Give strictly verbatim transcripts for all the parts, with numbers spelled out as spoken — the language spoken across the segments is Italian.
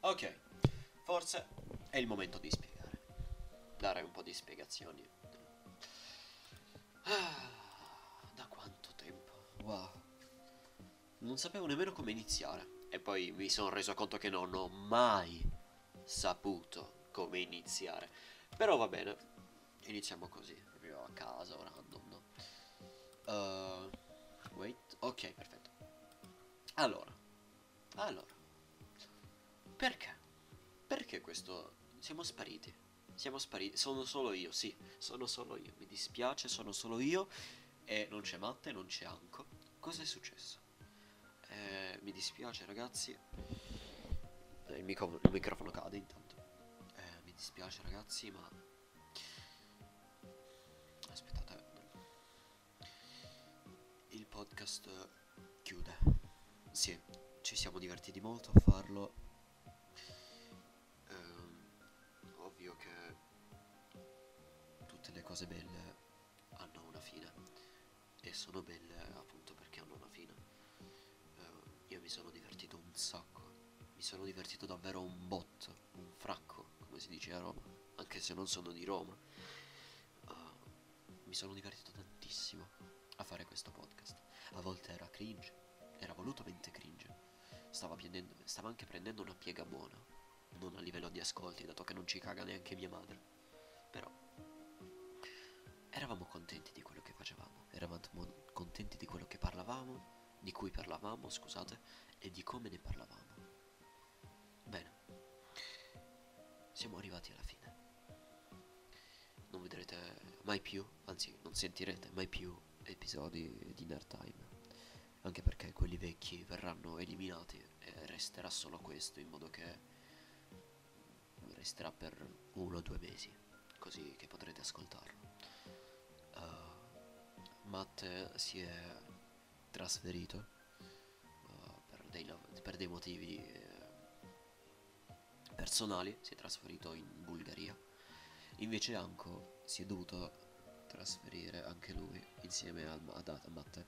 Ok, forse è il momento di spiegare. Dare un po' di spiegazioni. Ah, da quanto tempo? Wow. Non sapevo nemmeno come iniziare. E poi mi sono reso conto che non ho mai saputo come iniziare. Però va bene. Iniziamo così, proprio a caso, random, no? Uh, wait. Ok, perfetto. Allora. Allora. Perché? Perché questo... Siamo spariti. Siamo spariti. Sono solo io, sì. Sono solo io. Mi dispiace, sono solo io. E non c'è Matte, non c'è Anco. Cosa è successo? Eh, mi dispiace, ragazzi. Eh, il, micro- il microfono cade intanto. Eh, mi dispiace, ragazzi, ma... Aspettate. Il podcast chiude. Sì, ci siamo divertiti molto a farlo. Ehm, ovvio che tutte le cose belle hanno una fine e sono belle appunto perché hanno una fine. Eh, io mi sono divertito un sacco, mi sono divertito davvero un botto, un fracco, come si dice a Roma, anche se non sono di Roma. Eh, mi sono divertito tantissimo a fare questo podcast. A volte era cringe, era volutamente cringe. Stava, prendendo, stava anche prendendo una piega buona, non a livello di ascolti, dato che non ci caga neanche mia madre. Però eravamo contenti di quello che facevamo, eravamo contenti di quello che parlavamo, di cui parlavamo, scusate, e di come ne parlavamo. Bene, siamo arrivati alla fine. Non vedrete mai più, anzi non sentirete mai più episodi di Nerd Time, anche perché quelli vecchi verranno eliminati e resterà solo questo, in modo che resterà per uno o due mesi, così che potrete ascoltarlo. Uh, Matt si è trasferito uh, per, dei, per dei motivi eh, personali, si è trasferito in Bulgaria. Invece Anko si è dovuto trasferire anche lui insieme a, ad, a Matt.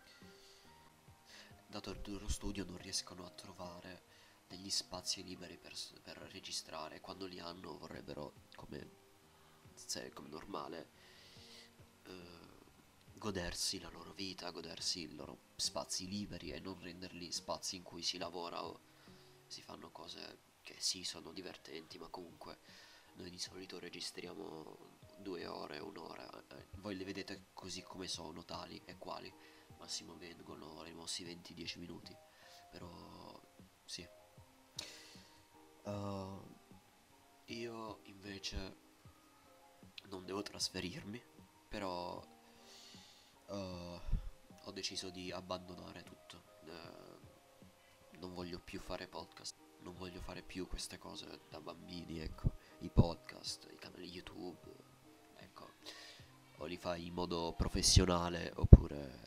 Dato il loro studio non riescono a trovare degli spazi liberi per, per registrare. Quando li hanno vorrebbero, come, se, come normale, eh, godersi la loro vita, godersi i loro spazi liberi e non renderli spazi in cui si lavora o si fanno cose che sì sono divertenti, ma comunque noi di solito registriamo due ore, un'ora, eh, voi le vedete così come sono, tali e quali, massimo vengono rimossi venti dieci minuti, però sì. Uh, io invece non devo trasferirmi, però uh, ho deciso di abbandonare tutto. Uh, non voglio più fare podcast, non voglio fare più queste cose da bambini, ecco, i podcast, i canali YouTube, ecco, o li fai in modo professionale oppure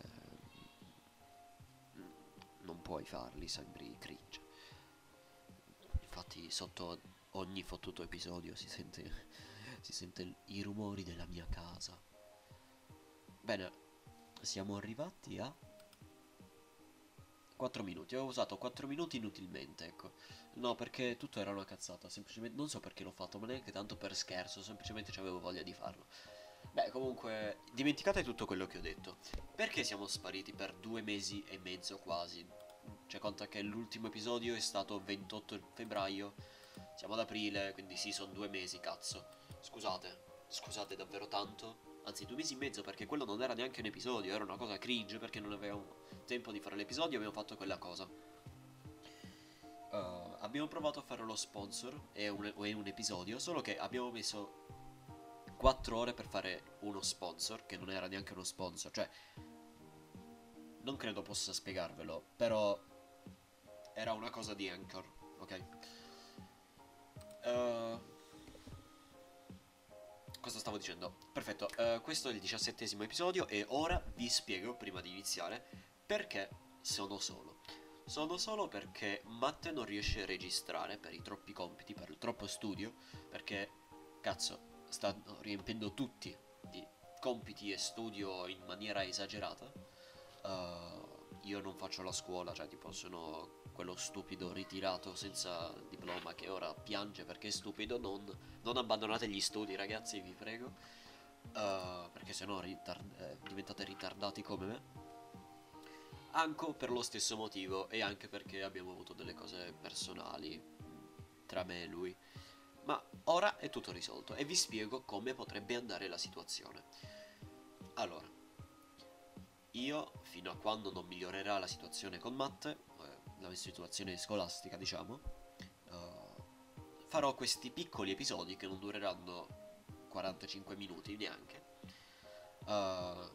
mm, non puoi farli, sembri cringe. Infatti sotto ogni fottuto episodio si sente, si sente il- i rumori della mia casa. Bene, siamo arrivati a quattro minuti. Ho usato quattro minuti inutilmente, ecco. No, perché tutto era una cazzata. Semplicemente non so perché l'ho fatto, ma neanche tanto per scherzo. Semplicemente avevo voglia di farlo. Beh, comunque, dimenticate tutto quello che ho detto. Perché siamo spariti per due mesi e mezzo quasi? Cioè, conta che l'ultimo episodio è stato ventotto febbraio. Siamo ad aprile, quindi sì, sono due mesi, cazzo. Scusate, scusate davvero tanto. Anzi, due mesi e mezzo, perché quello non era neanche un episodio, era una cosa cringe, perché non avevamo tempo di fare l'episodio, abbiamo fatto quella cosa. Uh, abbiamo provato a fare lo sponsor e un, e un episodio, solo che abbiamo messo quattro ore per fare uno sponsor, che non era neanche uno sponsor, cioè non credo possa spiegarvelo, però era una cosa di Anchor, ok? Uh, cosa stavo dicendo? Perfetto, uh, questo è il diciassettesimo episodio e ora vi spiego, prima di iniziare, perché sono solo. Sono solo perché Matte non riesce a registrare per i troppi compiti, per il troppo studio, perché, cazzo, stanno riempiendo tutti i compiti e studio in maniera esagerata. Uh, io non faccio la scuola, cioè tipo sono quello stupido ritirato senza diploma che ora piange perché è stupido. Non, non abbandonate gli studi, ragazzi, vi prego, uh, perché sennò ritard- eh, diventate ritardati come me. Anche per lo stesso motivo e anche perché abbiamo avuto delle cose personali tra me e lui. Ma ora è tutto risolto e vi spiego come potrebbe andare la situazione. Allora, io, fino a quando non migliorerà la situazione con Matt, eh, la situazione scolastica, diciamo, eh, farò questi piccoli episodi che non dureranno quarantacinque minuti neanche. Uh,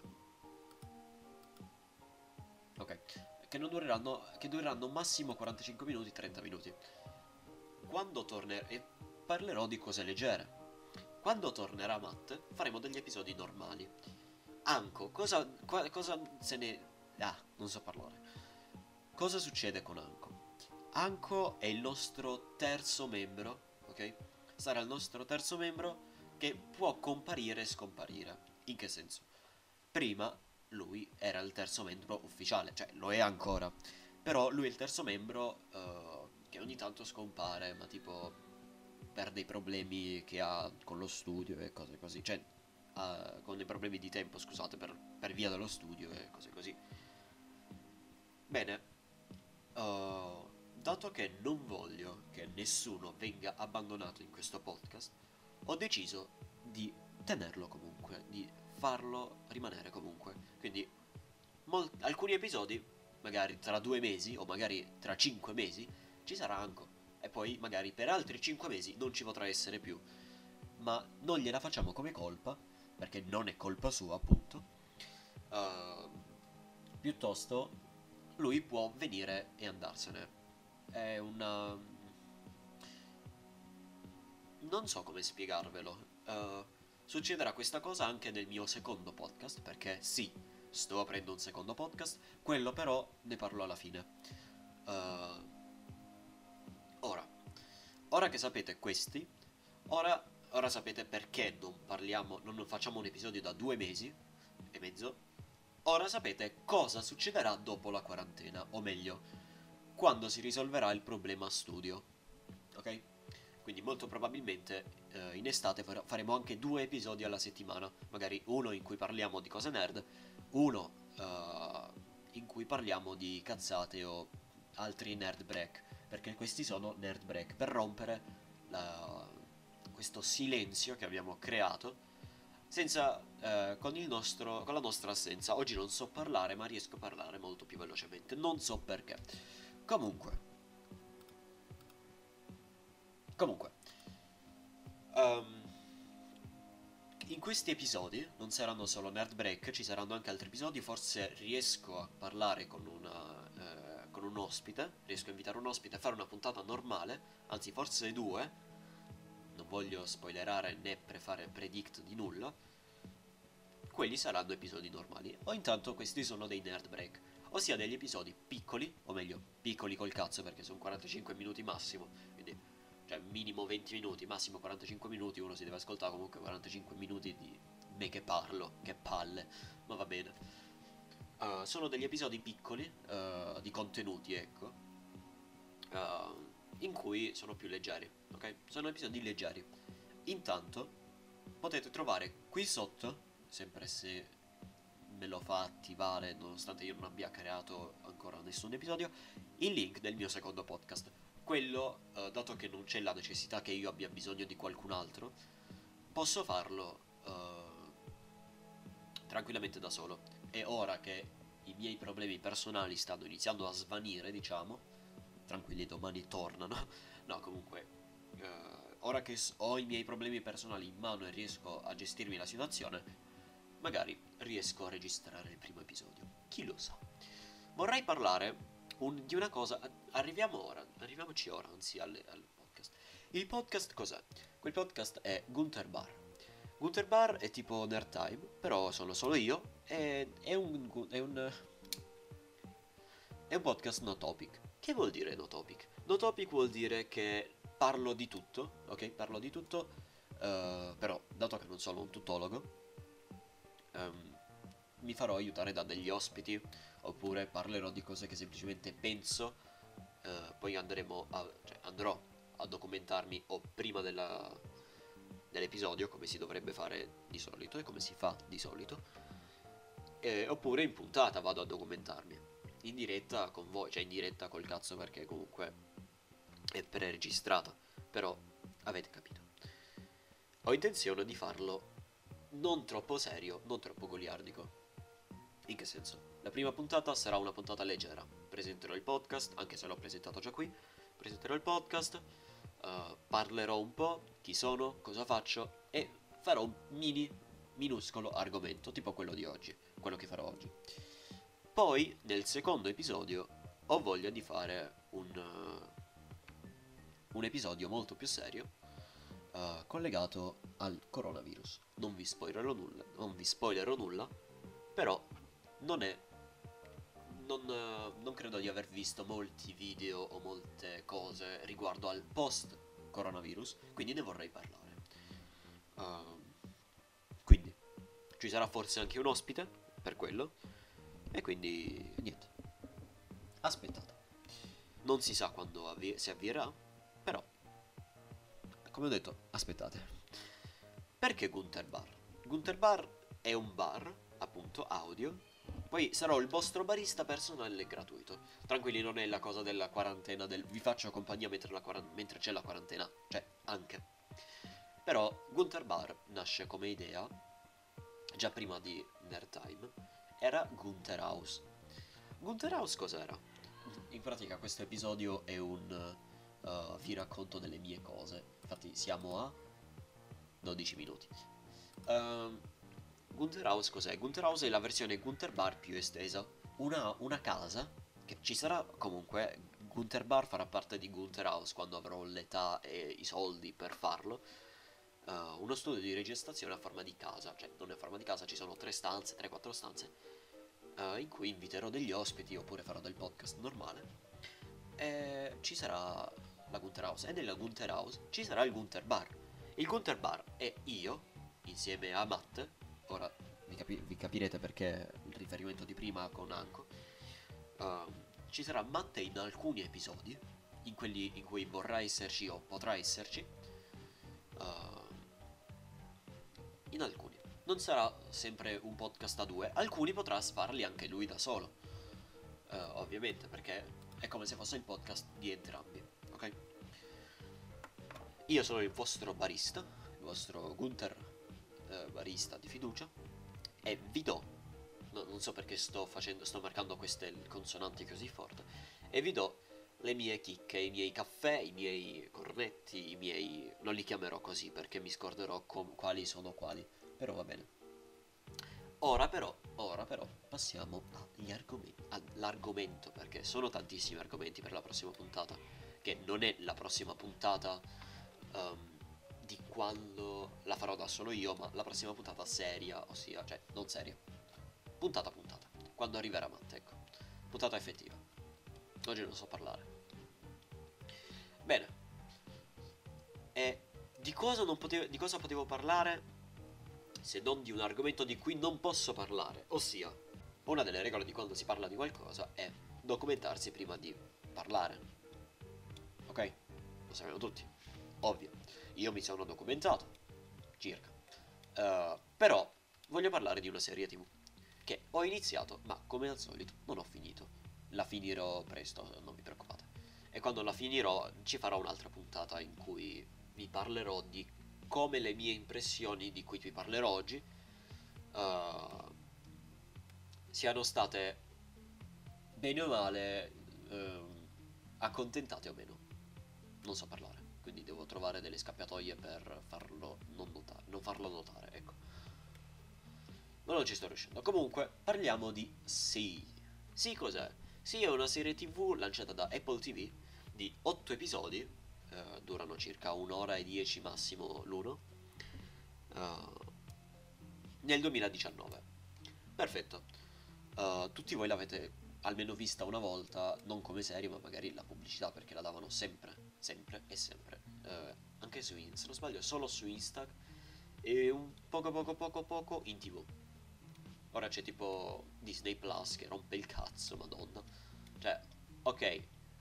ok, che non dureranno, che dureranno massimo quarantacinque minuti, trenta minuti. Quando tornerò, e parlerò di cose leggere. Quando tornerà Matt, faremo degli episodi normali. Anko, cosa, qua- cosa se ne... Ah, non so parlare. Cosa succede con Anko? Anko è il nostro terzo membro, ok? Sarà il nostro terzo membro che può comparire e scomparire. In che senso? Prima lui era il terzo membro ufficiale, cioè lo è ancora. Però lui è il terzo membro uh, che ogni tanto scompare, ma tipo per dei problemi che ha con lo studio e cose così. Cioè, uh, con dei problemi di tempo, scusate, per, per via dello studio e cose così. Bene, uh, dato che non voglio che nessuno venga abbandonato in questo podcast, ho deciso di tenerlo comunque, di farlo rimanere comunque. Quindi mol- alcuni episodi, magari tra due mesi o magari tra cinque mesi, ci sarà Anko. E poi magari per altri cinque mesi non ci potrà essere più. Ma non gliela facciamo come colpa, perché non è colpa sua, appunto. Uh, piuttosto lui può venire e andarsene. È una... non so come spiegarvelo. Uh, succederà questa cosa anche nel mio secondo podcast, perché sì, sto aprendo un secondo podcast, quello però ne parlo alla fine. Uh, ora, ora che sapete questi, ora, ora sapete perché non parliamo, non facciamo un episodio da due mesi e mezzo. Ora sapete cosa succederà dopo la quarantena, o meglio, quando si risolverà il problema studio. Ok? Quindi molto probabilmente eh, in estate faremo anche due episodi alla settimana, magari uno in cui parliamo di cose nerd, uno uh, in cui parliamo di cazzate o altri nerd break, perché questi sono nerd break per rompere la, questo silenzio che abbiamo creato senza, eh, con, il nostro, con la nostra assenza. Oggi non so parlare, ma riesco a parlare molto più velocemente, non so perché. Comunque, comunque, um, in questi episodi non saranno solo Nerd Break, ci saranno anche altri episodi. Forse riesco a parlare con, una, eh, con un ospite, riesco a invitare un ospite a fare una puntata normale, anzi forse due. Non voglio spoilerare né prefare predict di nulla. Quelli saranno episodi normali. O intanto questi sono dei Nerd Break, ossia degli episodi piccoli, o meglio, piccoli col cazzo perché sono quarantacinque minuti massimo, quindi cioè minimo venti minuti, massimo quarantacinque minuti, uno si deve ascoltare comunque quarantacinque minuti di me che parlo, che palle, ma va bene. Uh, sono degli episodi piccoli, uh, di contenuti, ecco, uh, in cui sono più leggeri, ok? Sono episodi leggeri. Intanto potete trovare qui sotto, sempre se me lo fa attivare, nonostante io non abbia creato ancora nessun episodio, il link del mio secondo podcast. Quello, eh, dato che non c'è la necessità che io abbia bisogno di qualcun altro, posso farlo eh, tranquillamente da solo. E ora che i miei problemi personali stanno iniziando a svanire, diciamo, tranquilli, domani tornano. No, comunque, eh, ora che ho i miei problemi personali in mano e riesco a gestirmi la situazione, magari riesco a registrare il primo episodio. Chi lo sa. Vorrei parlare un, di una cosa. Arriviamo ora, arriviamoci ora, anzi, alle, al podcast. Il podcast cos'è? Quel podcast è Gunther Bar. Gunther Bar è tipo Nerd Time, però sono solo io. E è un, è un. È un podcast no topic. Che vuol dire no topic? No topic vuol dire che parlo di tutto, ok? Parlo di tutto, uh, però dato che non sono un tuttologo, um, mi farò aiutare da degli ospiti, oppure parlerò di cose che semplicemente penso eh, poi andremo a, cioè andrò a documentarmi o prima della, dell'episodio, come si dovrebbe fare di solito e come si fa di solito, eh, oppure in puntata vado a documentarmi, in diretta con voi, cioè in diretta col cazzo perché comunque è preregistrata, però avete capito. Ho intenzione di farlo non troppo serio, non troppo goliardico. In che senso? La prima puntata sarà una puntata leggera. Presenterò il podcast, anche se l'ho presentato già qui. Presenterò il podcast, uh, parlerò un po' chi sono, cosa faccio e farò un mini, minuscolo argomento, tipo quello di oggi, quello che farò oggi. Poi, nel secondo episodio, ho voglia di fare un, uh, un episodio molto più serio, uh, collegato al coronavirus. Non vi spoilerò nulla, non vi spoilerò nulla, però non è non, uh, non credo di aver visto molti video o molte cose riguardo al post coronavirus, quindi ne vorrei parlare. Uh, quindi ci sarà forse anche un ospite per quello, e quindi niente, aspettate, non si sa quando avvi- si avvierà, però come ho detto, aspettate. Perché Gunther Bar? Gunther Bar è un bar, appunto, audio. Poi sarò il vostro barista personale e gratuito. Tranquilli, non è la cosa della quarantena del vi faccio compagnia mentre, la quarant- mentre c'è la quarantena. Cioè, anche. Però Gunther Bar nasce come idea, già prima di Nerd Time, era Gunther House. Gunther House cos'era? In pratica questo episodio è un uh, vi racconto delle mie cose. Infatti siamo a dodici minuti. Uh, Gunther House cos'è? Gunther House è la versione Gunther Bar più estesa. Una, una casa che ci sarà comunque. Gunther Bar farà parte di Gunther House quando avrò l'età e i soldi per farlo. Uh, uno studio di registrazione a forma di casa, cioè non è a forma di casa, ci sono tre stanze, tre quattro stanze, uh, in cui inviterò degli ospiti oppure farò del podcast normale. E ci sarà la Gunther House e nella Gunther House ci sarà il Gunther Bar. Il Gunther Bar è io insieme a Matt. Ora vi, capi- vi capirete perché il riferimento di prima con Anko. Uh, ci sarà Matt in alcuni episodi, in quelli in cui vorrà esserci o potrà esserci. Uh, in alcuni. Non sarà sempre un podcast a due, alcuni potrà farli anche lui da solo. Uh, ovviamente, perché è come se fosse il podcast di entrambi, ok? Io sono il vostro barista, il vostro Gunther eh, barista di fiducia, e vi do, no, non so perché sto facendo, sto marcando queste consonanti così forte, e vi do le mie chicche, i miei caffè, i miei cornetti, i miei... non li chiamerò così perché mi scorderò com- quali sono quali, però va bene. Ora però, ora però, passiamo agli argomenti, all'argomento, perché sono tantissimi argomenti per la prossima puntata, che non è la prossima puntata um, di quando la farò da solo io, ma la prossima puntata seria, ossia, cioè, non seria, puntata a puntata, quando arriverà Matt, ecco, puntata effettiva. Oggi non so parlare. Bene, e di cosa, non potevo, di cosa potevo parlare se non di un argomento di cui non posso parlare, ossia, una delle regole di quando si parla di qualcosa è documentarsi prima di parlare. Ok? Lo sappiamo tutti. Ovvio. Io mi sono documentato. Circa. Uh, però voglio parlare di una serie tivù che ho iniziato, ma come al solito non ho finito. La finirò presto, non vi preoccupate. E quando la finirò ci farò un'altra puntata in cui vi parlerò di come le mie impressioni di cui vi parlerò oggi uh, siano state bene o male uh, accontentate o meno. Non so parlare, quindi devo trovare delle scappatoie per farlo non notare, non farlo notare, ecco. Ma non ci sto riuscendo. Comunque, parliamo di Sì. Sì cos'è? Sì è una serie tivù lanciata da Apple T V di otto episodi, eh, durano circa un'ora e dieci massimo l'uno, eh, nel duemiladiciannove. Perfetto. Eh, tutti voi l'avete almeno vista una volta, non come serie, ma magari la pubblicità, perché la davano sempre, sempre e sempre. Eh, anche su Insta, se non sbaglio, solo su Insta e un poco poco poco poco in tivù. Ora c'è tipo Disney Plus che rompe il cazzo, madonna. Cioè, ok,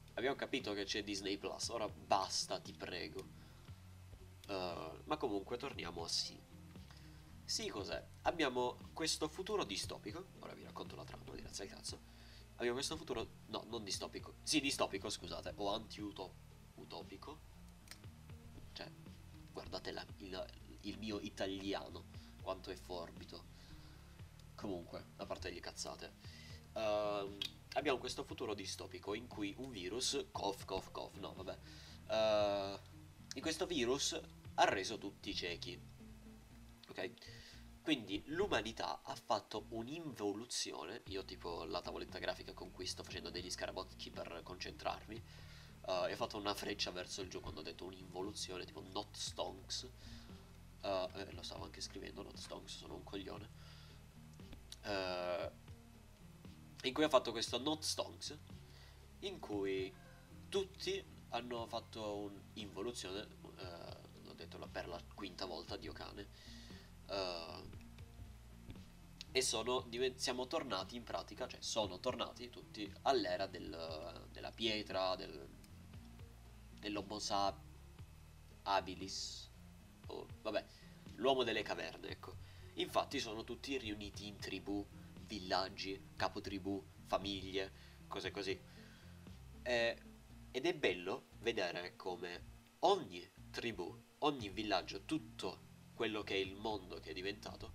Abbiamo capito che c'è Disney Plus, ora basta, ti prego. Uh, ma comunque torniamo a Sì. Sì, cos'è? Abbiamo questo futuro distopico. Ora vi racconto la trama, grazie al cazzo. Abbiamo questo futuro. No, non distopico. Sì, distopico, scusate. O anti-utopico. Cioè, guardate la- il, il mio italiano. Quanto è forbido. Comunque, a parte le cazzate. Ehm, abbiamo questo futuro distopico in cui un virus. Cough, cough, cough. No, vabbè. Eh, in questo virus ha reso tutti ciechi. Ok? Quindi l'umanità ha fatto un'involuzione, io tipo la tavoletta grafica con cui sto facendo degli scarabocchi per concentrarmi, uh, e ho fatto una freccia verso il giù quando ho detto un'involuzione, tipo not stonks, uh, eh, lo stavo anche scrivendo, not stonks, sono un coglione, uh, in cui ho fatto questo not stonks, in cui tutti hanno fatto un'involuzione, uh, l'ho detto per la quinta volta, Dio cane, uh, e sono, siamo tornati in pratica, cioè sono tornati tutti all'era del, della pietra, del, dell'Homo habilis, o vabbè, l'uomo delle caverne, ecco. Infatti sono tutti riuniti in tribù, villaggi, capotribù, famiglie, cose così. E, ed è bello vedere come ogni tribù, ogni villaggio, tutto quello che è il mondo che è diventato,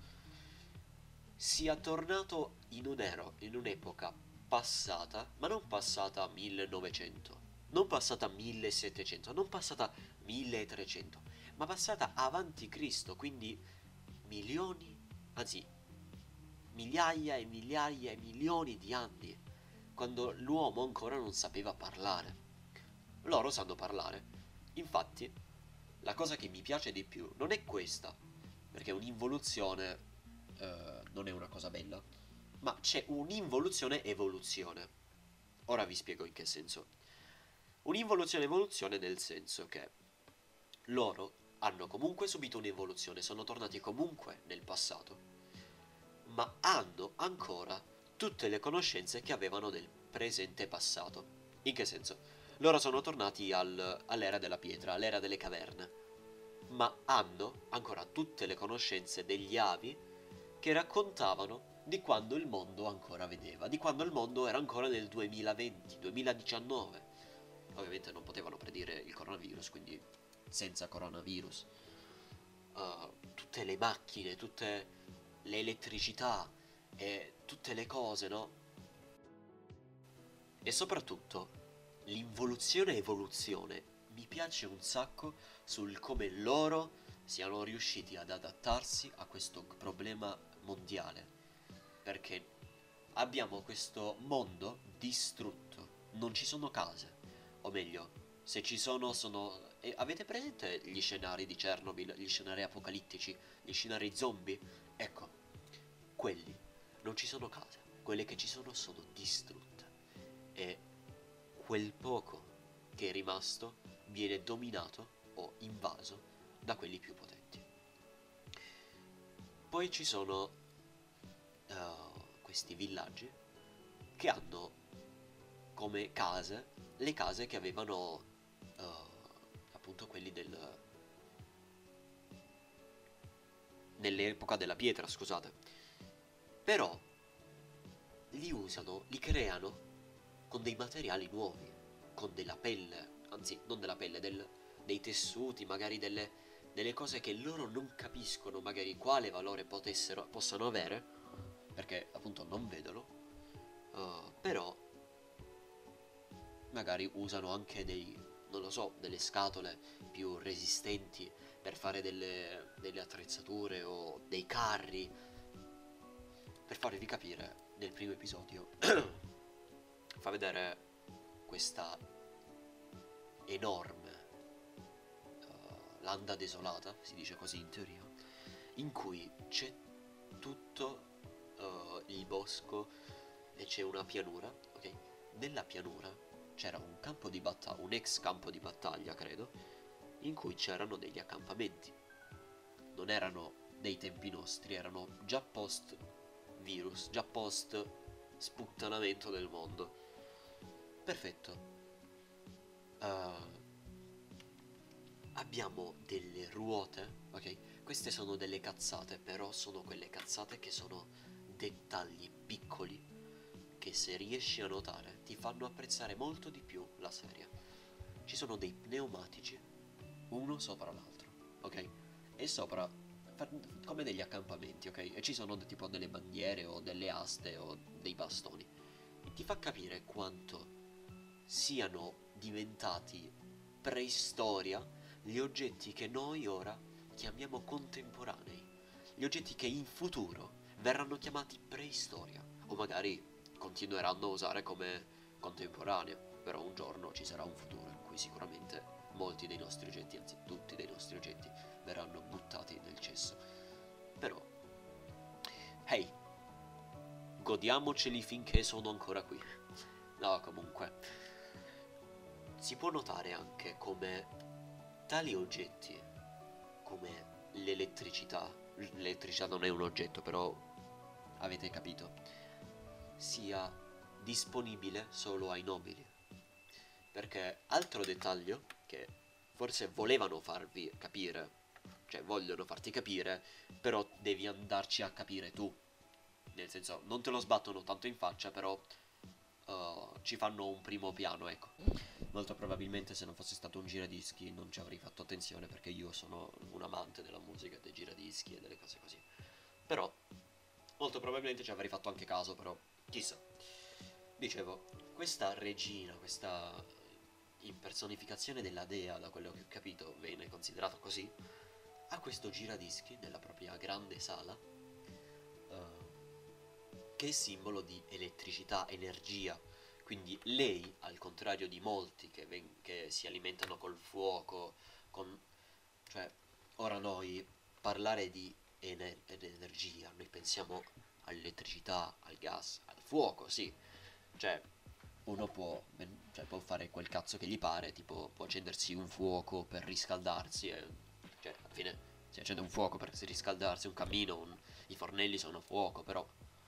sia tornato in un ero, in un'epoca passata, ma non passata a millenovecento, non passata a millesettecento, non passata a milletrecento, ma passata avanti Cristo, quindi milioni, anzi migliaia e migliaia e milioni di anni, quando l'uomo ancora non sapeva parlare. Loro sanno parlare. Infatti, la cosa che mi piace di più non è questa, perché un'involuzione eh, non è una cosa bella, ma c'è un'involuzione-evoluzione. Ora vi spiego in che senso. Un'involuzione-evoluzione nel senso che loro hanno comunque subito un'evoluzione, sono tornati comunque nel passato, ma hanno ancora tutte le conoscenze che avevano nel presente passato. In che senso? Loro sono tornati al, all'era della pietra, all'era delle caverne, ma hanno ancora tutte le conoscenze degli avi che raccontavano di quando il mondo ancora vedeva, di quando il mondo era ancora nel duemilaventi, duemiladiciannove. Ovviamente non potevano predire il coronavirus, quindi senza coronavirus. Uh, tutte le macchine, tutte le elettricità e tutte le cose, no? E soprattutto l'involuzione e evoluzione mi piace un sacco sul come loro siano riusciti ad adattarsi a questo problema mondiale, perché abbiamo questo mondo distrutto, non ci sono case, o meglio, se ci sono sono... E avete presente gli scenari di Chernobyl, gli scenari apocalittici, gli scenari zombie? Ecco, quelli non ci sono case, quelle che ci sono sono distrutte e quel poco che è rimasto viene dominato o invaso da quelli più potenti. Poi ci sono uh, questi villaggi che hanno come case le case che avevano uh, appunto quelli del nell'epoca della pietra, scusate. Però li usano, li creano con dei materiali nuovi, con della pelle, anzi non della pelle, del, dei tessuti, magari delle, delle cose che loro non capiscono magari quale valore potessero, possano avere, perché appunto non vedono, uh, però magari usano anche dei, non lo so, delle scatole più resistenti per fare delle, delle attrezzature o dei carri. Per farvi capire, nel primo episodio fa vedere questa enorme uh, landa desolata, si dice così in teoria, in cui c'è tutto uh, il bosco e c'è una pianura, ok? Nella pianura c'era un campo di battaglia, un ex campo di battaglia, credo, in cui c'erano degli accampamenti. Non erano dei tempi nostri, erano già post virus, già post sputtanamento del mondo. Perfetto. uh, abbiamo delle ruote, ok? Queste sono delle cazzate, però sono quelle cazzate che sono dettagli piccoli che, se riesci a notare, ti fanno apprezzare molto di più la serie. Ci sono dei pneumatici, uno sopra l'altro, ok? E sopra, come degli accampamenti, ok? E ci sono tipo delle bandiere o delle aste o dei bastoni. E ti fa capire quanto siano diventati preistoria gli oggetti che noi ora chiamiamo contemporanei, gli oggetti che in futuro verranno chiamati preistoria, o magari continueranno a usare come contemporanea, però un giorno ci sarà un futuro in cui sicuramente molti dei nostri oggetti, anzi tutti dei nostri oggetti, verranno buttati nel cesso. Però, hey, godiamoceli finché sono ancora qui. No, comunque, si può notare anche come tali oggetti, come l'elettricità, l'elettricità non è un oggetto, però avete capito, sia disponibile solo ai nobili. Perché altro dettaglio che forse volevano farvi capire, cioè vogliono farti capire, però devi andarci a capire tu. Nel senso, non te lo sbattono tanto in faccia, però uh, ci fanno un primo piano, ecco. Molto probabilmente, se non fosse stato un giradischi, non ci avrei fatto attenzione, perché io sono un amante della musica, dei giradischi e delle cose così. Però molto probabilmente ci avrei fatto anche caso, però chissà. Dicevo, questa regina, questa impersonificazione della dea, da quello che ho capito, viene considerato così, ha questo giradischi nella propria grande sala, uh, che è simbolo di elettricità, energia. Quindi lei, al contrario di molti che, ven- che si alimentano col fuoco, con... cioè, ora noi parlare di ener- ed energia, noi pensiamo all'elettricità, al gas, al fuoco, sì. Cioè, uno può, ben- cioè, può fare quel cazzo che gli pare, tipo può accendersi un fuoco per riscaldarsi, e, cioè, alla fine si accende un fuoco per riscaldarsi, un camino, un- i fornelli sono fuoco, però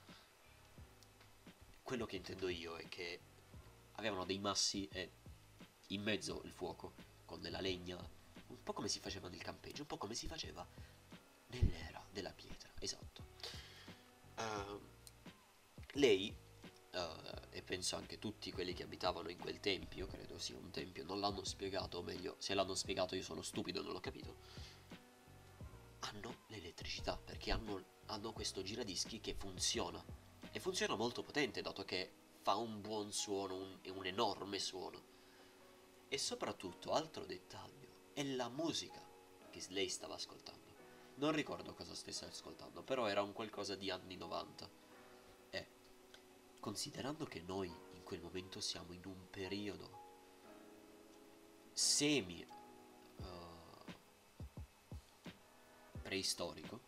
quello che intendo io è che avevano dei massi e in mezzo il fuoco, con della legna, un po' come si faceva nel campeggio, un po' come si faceva nell'era della pietra, esatto. Uh, lei, uh, e penso anche tutti quelli che abitavano in quel tempio, credo sia un tempio, non l'hanno spiegato, o meglio, se l'hanno spiegato io sono stupido e non l'ho capito, hanno l'elettricità, perché hanno, hanno questo giradischi che funziona, e funziona molto potente, dato che fa un buon suono, un, un enorme suono. E soprattutto, altro dettaglio, è la musica che lei stava ascoltando. Non ricordo cosa stesse ascoltando, però era un qualcosa di anni novanta. E, considerando che noi in quel momento siamo in un periodo semi uh, preistorico,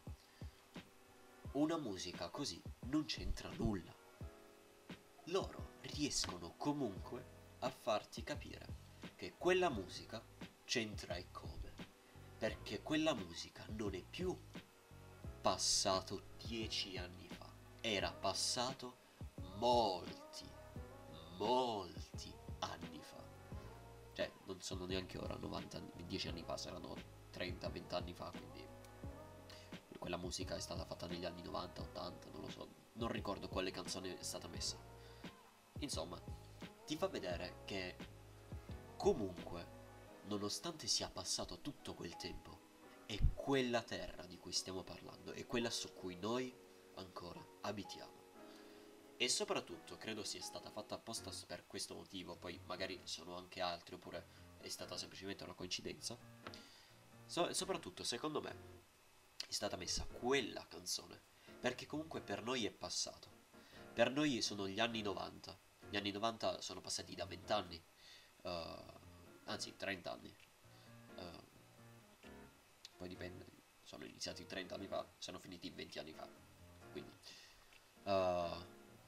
una musica così non c'entra nulla. Loro riescono comunque a farti capire che quella musica c'entra e come, perché quella musica non è più passato dieci anni fa, era passato molti, molti anni fa. Cioè, non sono neanche ora novanta, dieci anni fa, saranno trenta venti anni fa, quindi quella musica è stata fatta negli anni novanta, ottanta, non lo so, non ricordo quale canzone è stata messa. Insomma, ti fa vedere che comunque, nonostante sia passato tutto quel tempo, è quella terra di cui stiamo parlando, è quella su cui noi ancora abitiamo. E soprattutto credo sia stata fatta apposta per questo motivo, poi magari sono anche altri, oppure è stata semplicemente una coincidenza. So- e soprattutto, secondo me, è stata messa quella canzone, perché comunque per noi è passato. Per noi sono gli anni novanta. Gli anni novanta sono passati da venti anni, uh, anzi trenta anni. Uh, poi dipende, sono iniziati trenta anni fa, sono finiti venti anni fa. Quindi, uh,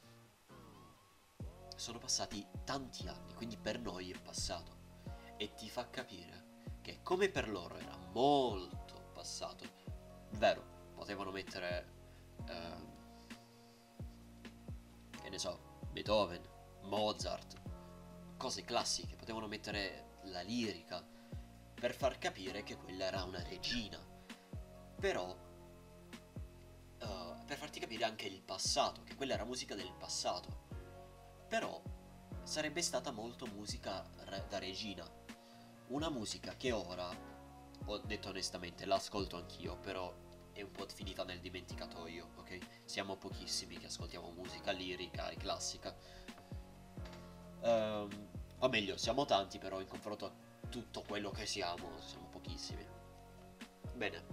sono passati tanti anni, quindi per noi è passato. E ti fa capire che come per loro era molto passato, vero, potevano mettere, uh, che ne so, Beethoven, Mozart, cose classiche, potevano mettere la lirica per far capire che quella era una regina. Però uh, per farti capire anche il passato, che quella era musica del passato. Però sarebbe stata molto musica re- da regina. Una musica che ora, ho detto onestamente, l'ascolto anch'io, però è un po' finita nel dimenticatoio, ok? Siamo pochissimi che ascoltiamo musica lirica e classica. Um, o meglio, siamo tanti, però in confronto a tutto quello che siamo, siamo pochissimi. Bene.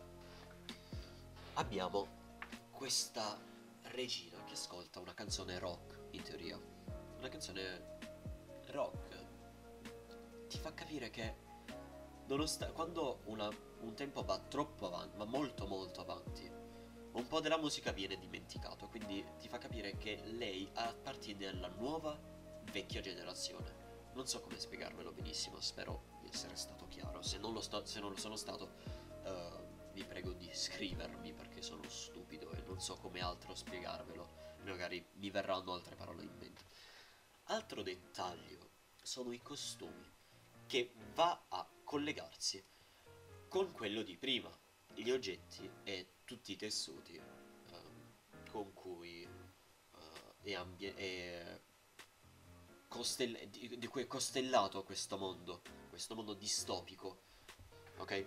Abbiamo questa regina che ascolta una canzone rock, in teoria. Una canzone rock ti fa capire che Nonost- quando una, un tempo va troppo avanti, ma molto molto avanti, un po' della musica viene dimenticato, quindi ti fa capire che lei appartiene alla nuova vecchia generazione. Non so come spiegarvelo benissimo, spero di essere stato chiaro. Se non lo, sto, se non lo sono stato, uh, vi prego di scrivermi perché sono stupido e non so come altro spiegarvelo. Magari mi verranno altre parole in mente. Altro dettaglio sono i costumi, che va a collegarsi con quello di prima, gli oggetti e tutti i tessuti ehm, con cui eh, è, ambie- è costell- di, di cui è costellato questo mondo, questo mondo distopico, ok?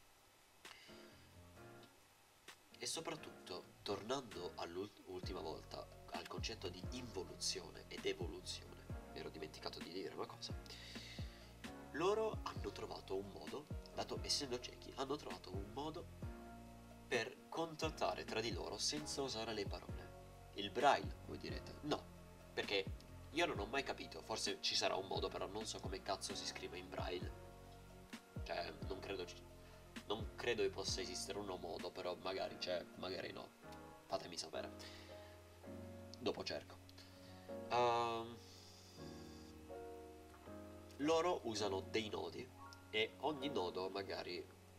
E soprattutto, tornando all'ultima volta al concetto di involuzione ed evoluzione, mi ero dimenticato di dire una cosa. Loro hanno trovato un modo, dato essendo ciechi, hanno trovato un modo per contattare tra di loro senza usare le parole. Il braille, voi direte? No, perché io non ho mai capito, forse ci sarà un modo, però non so come cazzo si scrive in braille. Cioè, non credo ci... non credo che possa esistere un modo, però magari c'è, magari no. Fatemi sapere. Dopo cerco. Ehm... Loro usano dei nodi e ogni nodo magari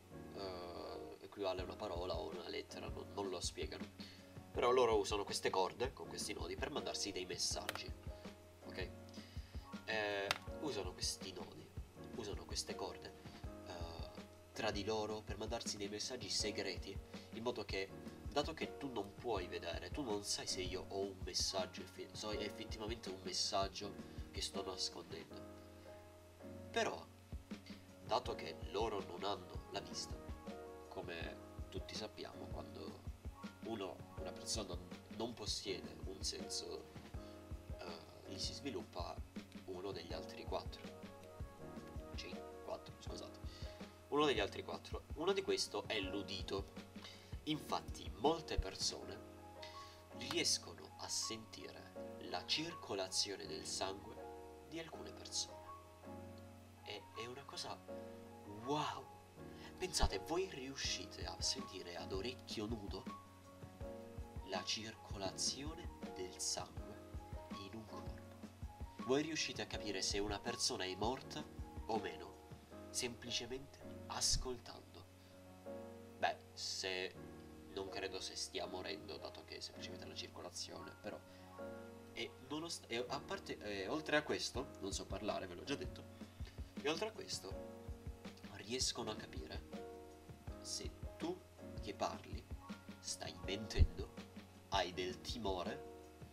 uh, equivale a una parola o una lettera, non, non lo spiegano. Però loro usano queste corde con questi nodi per mandarsi dei messaggi, ok? Eh, usano questi nodi, usano queste corde uh, tra di loro per mandarsi dei messaggi segreti, in modo che, dato che tu non puoi vedere, tu non sai se io ho un messaggio, so effettivamente un messaggio che sto nascondendo. Però, dato che loro non hanno la vista, come tutti sappiamo, quando uno, una persona non possiede un senso, uh, gli si sviluppa uno degli altri quattro. cinque, quattro, scusate. Uno degli altri quattro. Uno di questo è l'udito. Infatti, molte persone riescono a sentire la circolazione del sangue di alcune persone. È una cosa wow. Pensate, voi riuscite a sentire ad orecchio nudo la circolazione del sangue in un corpo. Voi riuscite a capire se una persona è morta o meno, semplicemente ascoltando. Beh, se non credo se stia morendo, dato che è semplicemente la circolazione, però e, nonost- e a parte e, oltre a questo, non so parlare, ve l'ho già detto. E oltre a questo, riescono a capire se tu che parli stai mentendo, hai del timore,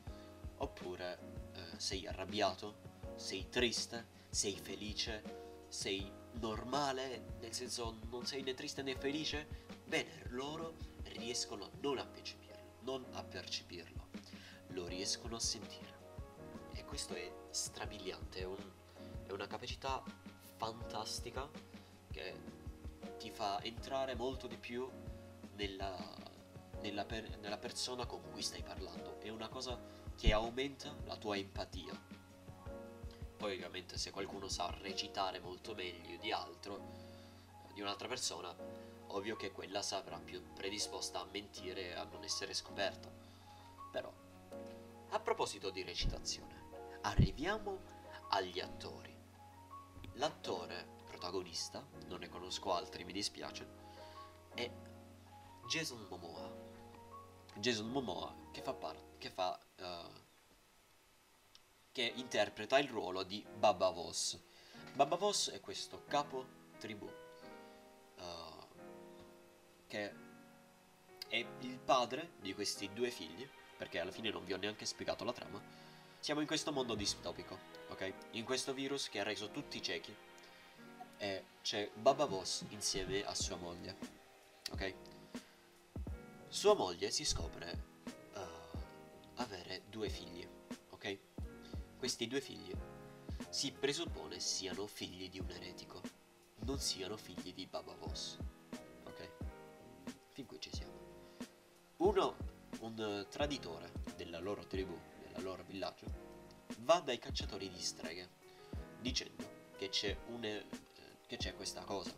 oppure eh, sei arrabbiato, sei triste, sei felice, sei normale, nel senso non sei né triste né felice. Bene, loro riescono non a percepirlo, non a percepirlo, lo riescono a sentire. E questo è strabiliante, è, un, è una capacità fantastica che ti fa entrare molto di più nella, nella, per, nella persona con cui stai parlando. È una cosa che aumenta la tua empatia. Poi ovviamente se qualcuno sa recitare molto meglio di altro, di un'altra persona, ovvio che quella sarà più predisposta a mentire e a non essere scoperta. Però, a proposito di recitazione, arriviamo agli attori. L'attore protagonista, non ne conosco altri, mi dispiace, è Jason Momoa. Jason Momoa che fa parte, che fa uh, che interpreta il ruolo di Baba Voss. Baba Voss è questo capo tribù uh, che è il padre di questi due figli, perché alla fine non vi ho neanche spiegato la trama. Siamo in questo mondo distopico, ok? In questo virus che ha reso tutti ciechi, e c'è Baba Voss insieme a sua moglie, ok? Sua moglie si scopre uh, avere due figli, ok? Questi due figli si presuppone siano figli di un eretico, non siano figli di Baba Voss, ok? Fin qui ci siamo. Uno, un traditore della loro tribù, del loro villaggio, va dai cacciatori di streghe, dicendo che c'è, un, eh, che c'è questa cosa.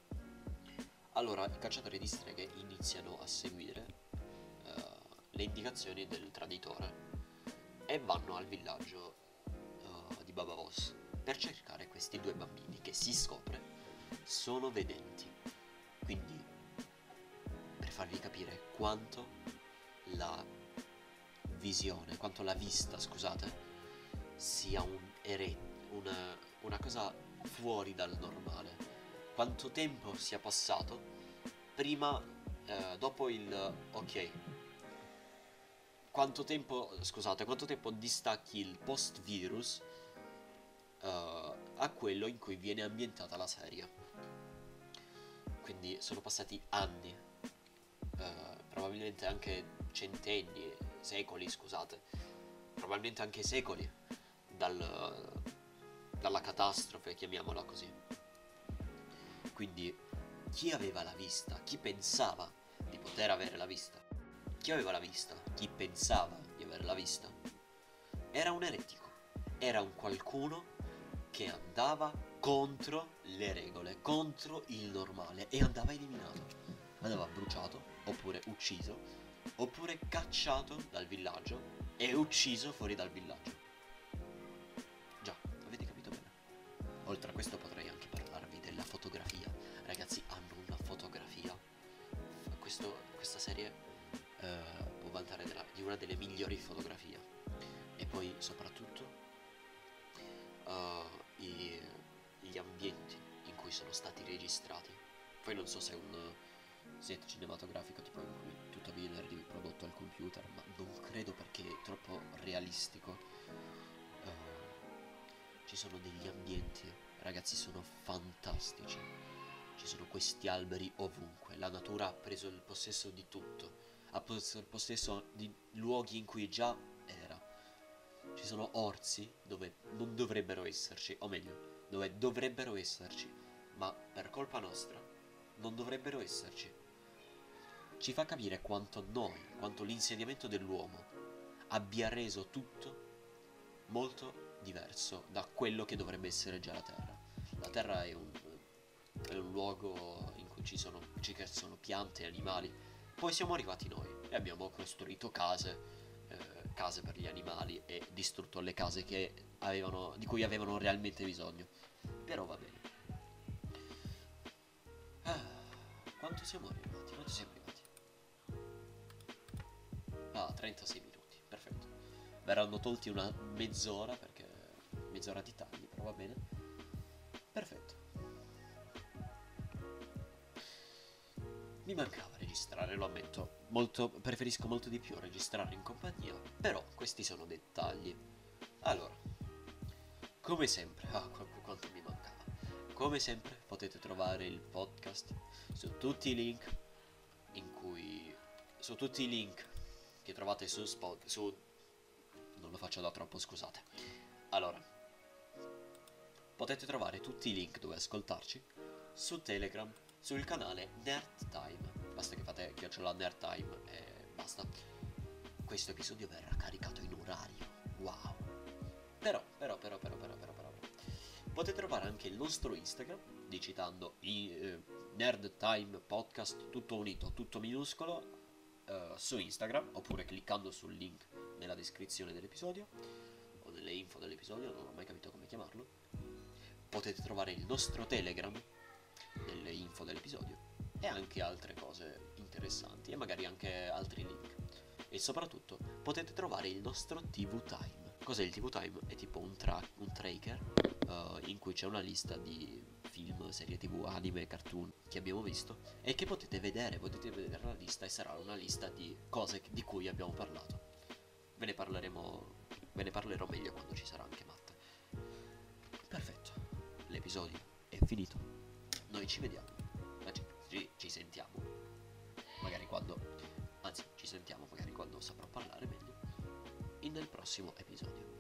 Allora i cacciatori di streghe iniziano a seguire uh, le indicazioni del traditore e vanno al villaggio uh, di Baba Voss per cercare questi due bambini che si scopre sono vedenti. Quindi, per farvi capire quanto la visione, quanto la vista, scusate, sia un ere, una, una cosa fuori dal normale. Quanto tempo sia passato prima, eh, dopo il, ok, quanto tempo, scusate, quanto tempo distacchi il post-virus uh, a quello in cui viene ambientata la serie. Quindi sono passati anni, uh, probabilmente anche centenni, secoli, scusate, probabilmente anche secoli dal, dalla catastrofe, chiamiamola così. Quindi chi aveva la vista, chi pensava di poter avere la vista, chi aveva la vista, chi pensava di averla vista, era un eretico, era un qualcuno che andava contro le regole, contro il normale e andava eliminato, andava bruciato, oppure ucciso, oppure cacciato dal villaggio e ucciso fuori dal villaggio. Già, avete capito bene? Oltre a questo potrei anche parlarvi della fotografia. Ragazzi, hanno una fotografia. Questo, questa serie Uh, può vantare della, di una delle migliori fotografie. E poi soprattutto uh, i, gli ambienti in cui sono stati registrati. Poi non so se è un set cinematografico tipo in cui tutto viene riprodotto al computer, ma non credo perché è troppo realistico. Uh, ci sono degli ambienti, ragazzi, sono fantastici. Ci sono questi alberi ovunque, la natura ha preso il possesso di tutto, ha preso il possesso di luoghi in cui già era. Ci sono orsi dove non dovrebbero esserci, o meglio, dove dovrebbero esserci, ma per colpa nostra non dovrebbero esserci. Ci fa capire quanto noi, quanto l'insediamento dell'uomo abbia reso tutto molto diverso da quello che dovrebbe essere già la Terra. La Terra è un, è un luogo in cui ci sono, ci sono piante e animali. Poi siamo arrivati noi e abbiamo costruito case, eh, case per gli animali e distrutto le case che avevano, di cui avevano realmente bisogno. Però va bene. Ah, quanto siamo arrivati? Quanto siamo arrivati? Ah, trentasei minuti, perfetto. Verranno tolti una mezz'ora perché mezz'ora di tagli, però va bene. Perfetto. Mi mancava registrare, lo ammetto. Molto, preferisco molto di più registrare in compagnia, però questi sono dettagli. Allora, come sempre, ah, quanto mi mancava. Come sempre potete trovare il podcast su tutti i link in cui su tutti i link che trovate su Spot su non lo faccio da troppo, scusate. Allora, potete trovare tutti i link dove ascoltarci su Telegram, sul canale Nerd Time. Basta che fate chiocciola Nerd Time e basta. Questo episodio verrà caricato in orario. Wow. Però, però, però, però, però, però, però. Potete trovare anche il nostro Instagram digitando i, eh, Nerd Time Podcast tutto unito, tutto minuscolo, eh, su Instagram, oppure cliccando sul link nella descrizione dell'episodio o nelle info dell'episodio, non ho mai capito come chiamarlo. Potete trovare il nostro Telegram nelle info dell'episodio e anche altre cose interessanti e magari anche altri link. E soprattutto potete trovare il nostro T V Time, Cos'è il T V Time? È tipo un, tra- un tracker uh, in cui c'è una lista di film, serie tv, anime, cartoon che abbiamo visto e che potete vedere, potete vedere la lista e sarà una lista di cose di cui abbiamo parlato. Ve ne parleremo, ve ne parlerò meglio quando ci sarà anche Matt. Perfetto, l'episodio è finito. Noi ci vediamo, ma ci, ci, ci sentiamo, magari quando, anzi ci sentiamo magari quando saprò parlare meglio, in nel prossimo episodio.